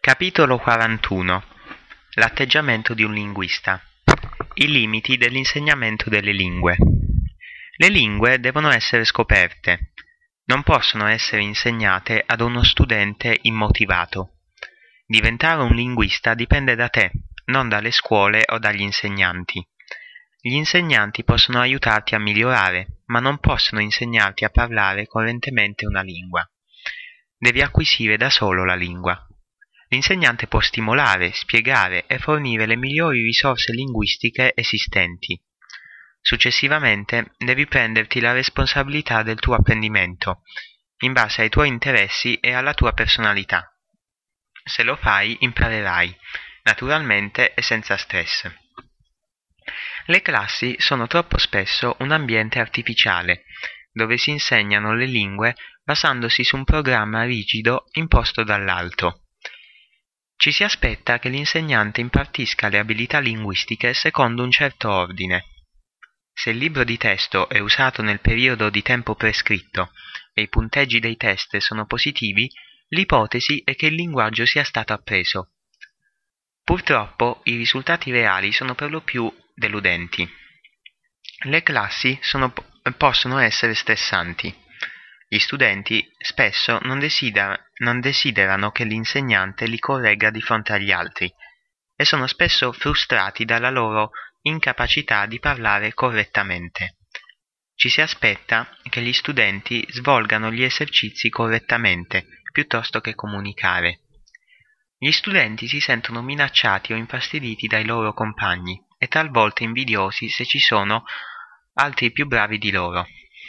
Capitolo 41. L'atteggiamento di un linguista. I limiti dell'insegnamento delle lingue. Le lingue devono essere scoperte. Non possono essere insegnate ad uno studente immotivato. Diventare un linguista dipende da te, non dalle scuole o dagli insegnanti. Gli insegnanti possono aiutarti a migliorare, ma non possono insegnarti a parlare correntemente una lingua. Devi acquisire da solo la lingua. L'insegnante può stimolare, spiegare e fornire le migliori risorse linguistiche esistenti. Successivamente devi prenderti la responsabilità del tuo apprendimento, in base ai tuoi interessi e alla tua personalità. Se lo fai, imparerai, naturalmente e senza stress. Le classi sono troppo spesso un ambiente artificiale, dove si insegnano le lingue basandosi su un programma rigido imposto dall'alto. Ci si aspetta che l'insegnante impartisca le abilità linguistiche secondo un certo ordine. Se il libro di testo è usato nel periodo di tempo prescritto e i punteggi dei test sono positivi, l'ipotesi è che il linguaggio sia stato appreso. Purtroppo i risultati reali sono per lo più deludenti. Le classi possono essere stressanti. Gli studenti spesso non desiderano che l'insegnante li corregga di fronte agli altri e sono spesso frustrati dalla loro incapacità di parlare correttamente. Ci si aspetta che gli studenti svolgano gli esercizi correttamente piuttosto che comunicare. Gli studenti si sentono minacciati o infastiditi dai loro compagni e talvolta invidiosi se ci sono altri più bravi di loro.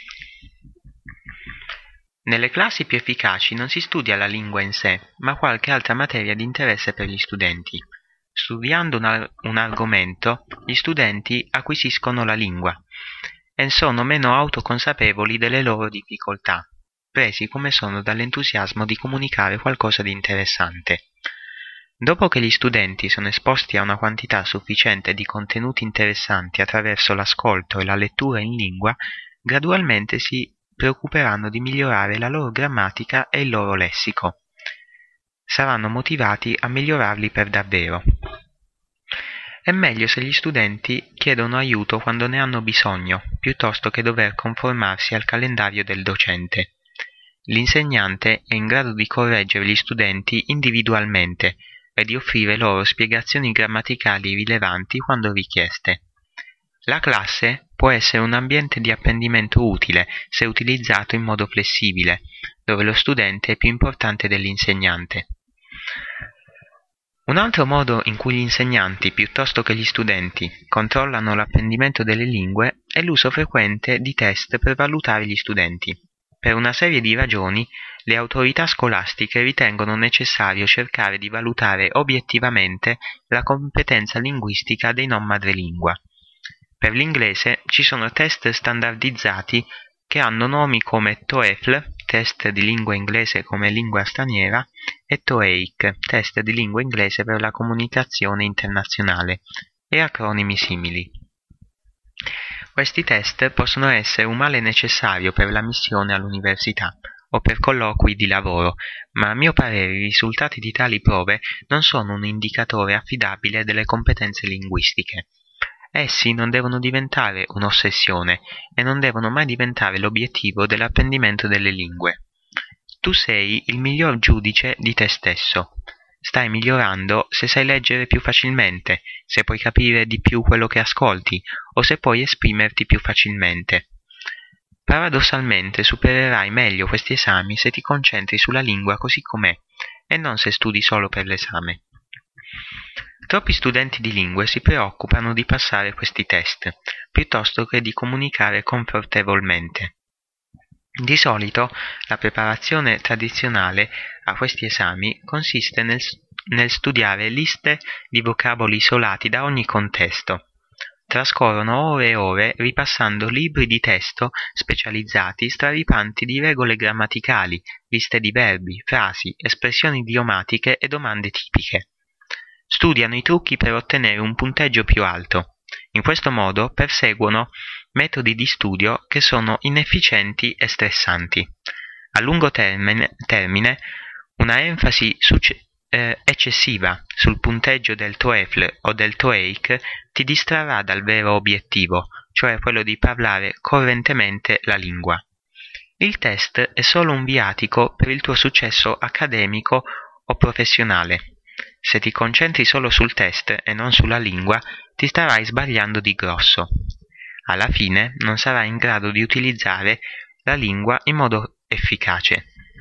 Nelle classi più efficaci non si studia la lingua in sé, ma qualche altra materia di interesse per gli studenti. Studiando un argomento, gli studenti acquisiscono la lingua e sono meno autoconsapevoli delle loro difficoltà, presi come sono dall'entusiasmo di comunicare qualcosa di interessante. Dopo che gli studenti sono esposti a una quantità sufficiente di contenuti interessanti attraverso l'ascolto e la lettura in lingua, gradualmente si preoccuperanno di migliorare la loro grammatica e il loro lessico. Saranno motivati a migliorarli per davvero. È meglio se gli studenti chiedono aiuto quando ne hanno bisogno, piuttosto che dover conformarsi al calendario del docente. L'insegnante è in grado di correggere gli studenti individualmente e di offrire loro spiegazioni grammaticali rilevanti quando richieste. La classe può essere un ambiente di apprendimento utile se utilizzato in modo flessibile, dove lo studente è più importante dell'insegnante. Un altro modo in cui gli insegnanti, piuttosto che gli studenti, controllano l'apprendimento delle lingue è l'uso frequente di test per valutare gli studenti. Per una serie di ragioni, le autorità scolastiche ritengono necessario cercare di valutare obiettivamente la competenza linguistica dei non madrelingua. Per l'inglese ci sono test standardizzati che hanno nomi come TOEFL, test di lingua inglese come lingua straniera, e TOEIC, test di lingua inglese per la comunicazione internazionale, e acronimi simili. Questi test possono essere un male necessario per l'ammissione all'università o per colloqui di lavoro, ma a mio parere i risultati di tali prove non sono un indicatore affidabile delle competenze linguistiche. Essi non devono diventare un'ossessione e non devono mai diventare l'obiettivo dell'apprendimento delle lingue. Tu sei il miglior giudice di te stesso. Stai migliorando se sai leggere più facilmente, se puoi capire di più quello che ascolti o se puoi esprimerti più facilmente. Paradossalmente supererai meglio questi esami se ti concentri sulla lingua così com'è e non se studi solo per l'esame. Troppi studenti di lingue si preoccupano di passare questi test, piuttosto che di comunicare confortevolmente. Di solito la preparazione tradizionale a questi esami consiste nel studiare liste di vocaboli isolati da ogni contesto. Trascorrono ore e ore ripassando libri di testo specializzati straripanti di regole grammaticali, liste di verbi, frasi, espressioni idiomatiche e domande tipiche. Studiano i trucchi per ottenere un punteggio più alto. In questo modo perseguono metodi di studio che sono inefficienti e stressanti. A lungo termine una enfasi eccessiva sul punteggio del TOEFL o del TOEIC ti distrarrà dal vero obiettivo, cioè quello di parlare correntemente la lingua. Il test è solo un viatico per il tuo successo accademico o professionale. Se ti concentri solo sul test e non sulla lingua, ti starai sbagliando di grosso. Alla fine non sarai in grado di utilizzare la lingua in modo efficace.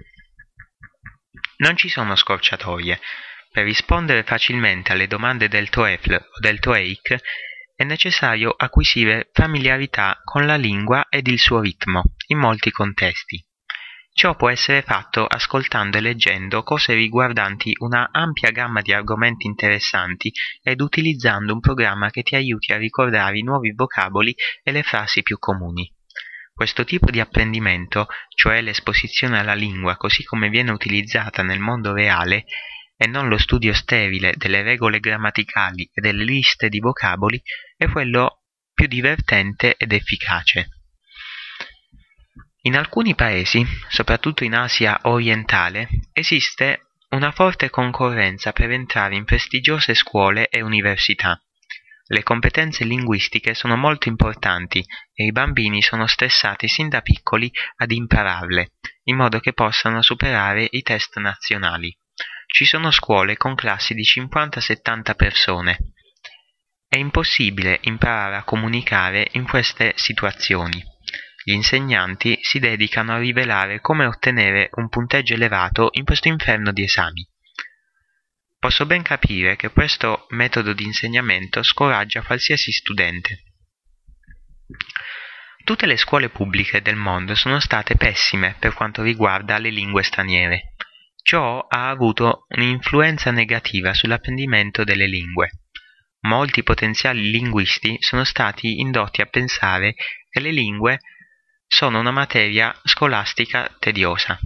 Non ci sono scorciatoie. Per rispondere facilmente alle domande del TOEFL o del TOEIC è necessario acquisire familiarità con la lingua ed il suo ritmo, in molti contesti. Ciò può essere fatto ascoltando e leggendo cose riguardanti una ampia gamma di argomenti interessanti ed utilizzando un programma che ti aiuti a ricordare i nuovi vocaboli e le frasi più comuni. Questo tipo di apprendimento, cioè l'esposizione alla lingua così come viene utilizzata nel mondo reale, e non lo studio sterile delle regole grammaticali e delle liste di vocaboli, è quello più divertente ed efficace. In alcuni paesi, soprattutto in Asia orientale, esiste una forte concorrenza per entrare in prestigiose scuole e università. Le competenze linguistiche sono molto importanti e i bambini sono stressati sin da piccoli ad impararle, in modo che possano superare i test nazionali. Ci sono scuole con classi di 50-70 persone. È impossibile imparare a comunicare in queste situazioni. Gli insegnanti si dedicano a rivelare come ottenere un punteggio elevato in questo inferno di esami. Posso ben capire che questo metodo di insegnamento scoraggia qualsiasi studente. Tutte le scuole pubbliche del mondo sono state pessime per quanto riguarda le lingue straniere. Ciò ha avuto un'influenza negativa sull'apprendimento delle lingue. Molti potenziali linguisti sono stati indotti a pensare che le lingue sono una materia scolastica tediosa.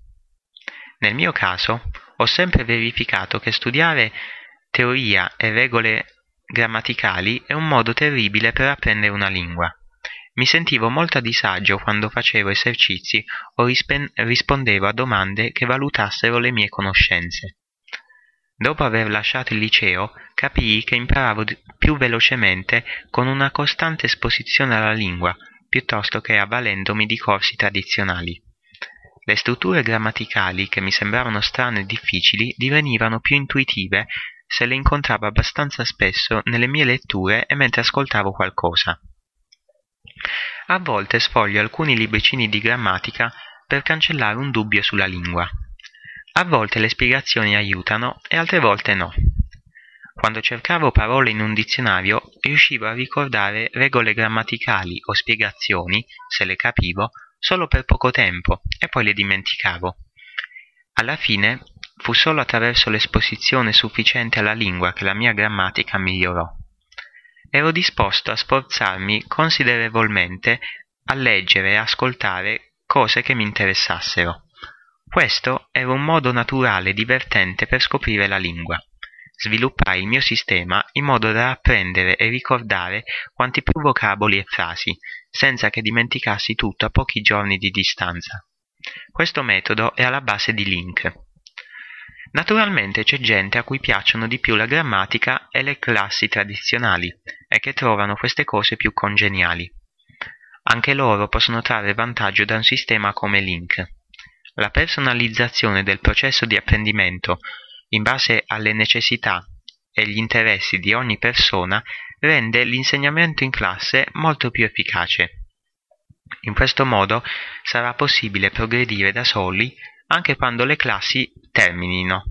Nel mio caso, ho sempre verificato che studiare teoria e regole grammaticali è un modo terribile per apprendere una lingua. Mi sentivo molto a disagio quando facevo esercizi o rispondevo a domande che valutassero le mie conoscenze. Dopo aver lasciato il liceo, capii che imparavo più velocemente con una costante esposizione alla lingua, piuttosto che avvalendomi di corsi tradizionali. Le strutture grammaticali, che mi sembravano strane e difficili, divenivano più intuitive se le incontravo abbastanza spesso nelle mie letture e mentre ascoltavo qualcosa. A volte sfoglio alcuni libricini di grammatica per cancellare un dubbio sulla lingua. A volte le spiegazioni aiutano e altre volte no. Quando cercavo parole in un dizionario, riuscivo a ricordare regole grammaticali o spiegazioni, se le capivo, solo per poco tempo e poi le dimenticavo. Alla fine fu solo attraverso l'esposizione sufficiente alla lingua che la mia grammatica migliorò. Ero disposto a sforzarmi considerevolmente a leggere e ascoltare cose che mi interessassero. Questo era un modo naturale e divertente per scoprire la lingua. Sviluppai il mio sistema in modo da apprendere e ricordare quanti più vocaboli e frasi, senza che dimenticassi tutto a pochi giorni di distanza. Questo metodo è alla base di Link. Naturalmente c'è gente a cui piacciono di più la grammatica e le classi tradizionali e che trovano queste cose più congeniali. Anche loro possono trarre vantaggio da un sistema come Link. La personalizzazione del processo di apprendimento in base alle necessità e gli interessi di ogni persona rende l'insegnamento in classe molto più efficace. In questo modo sarà possibile progredire da soli anche quando le classi terminino.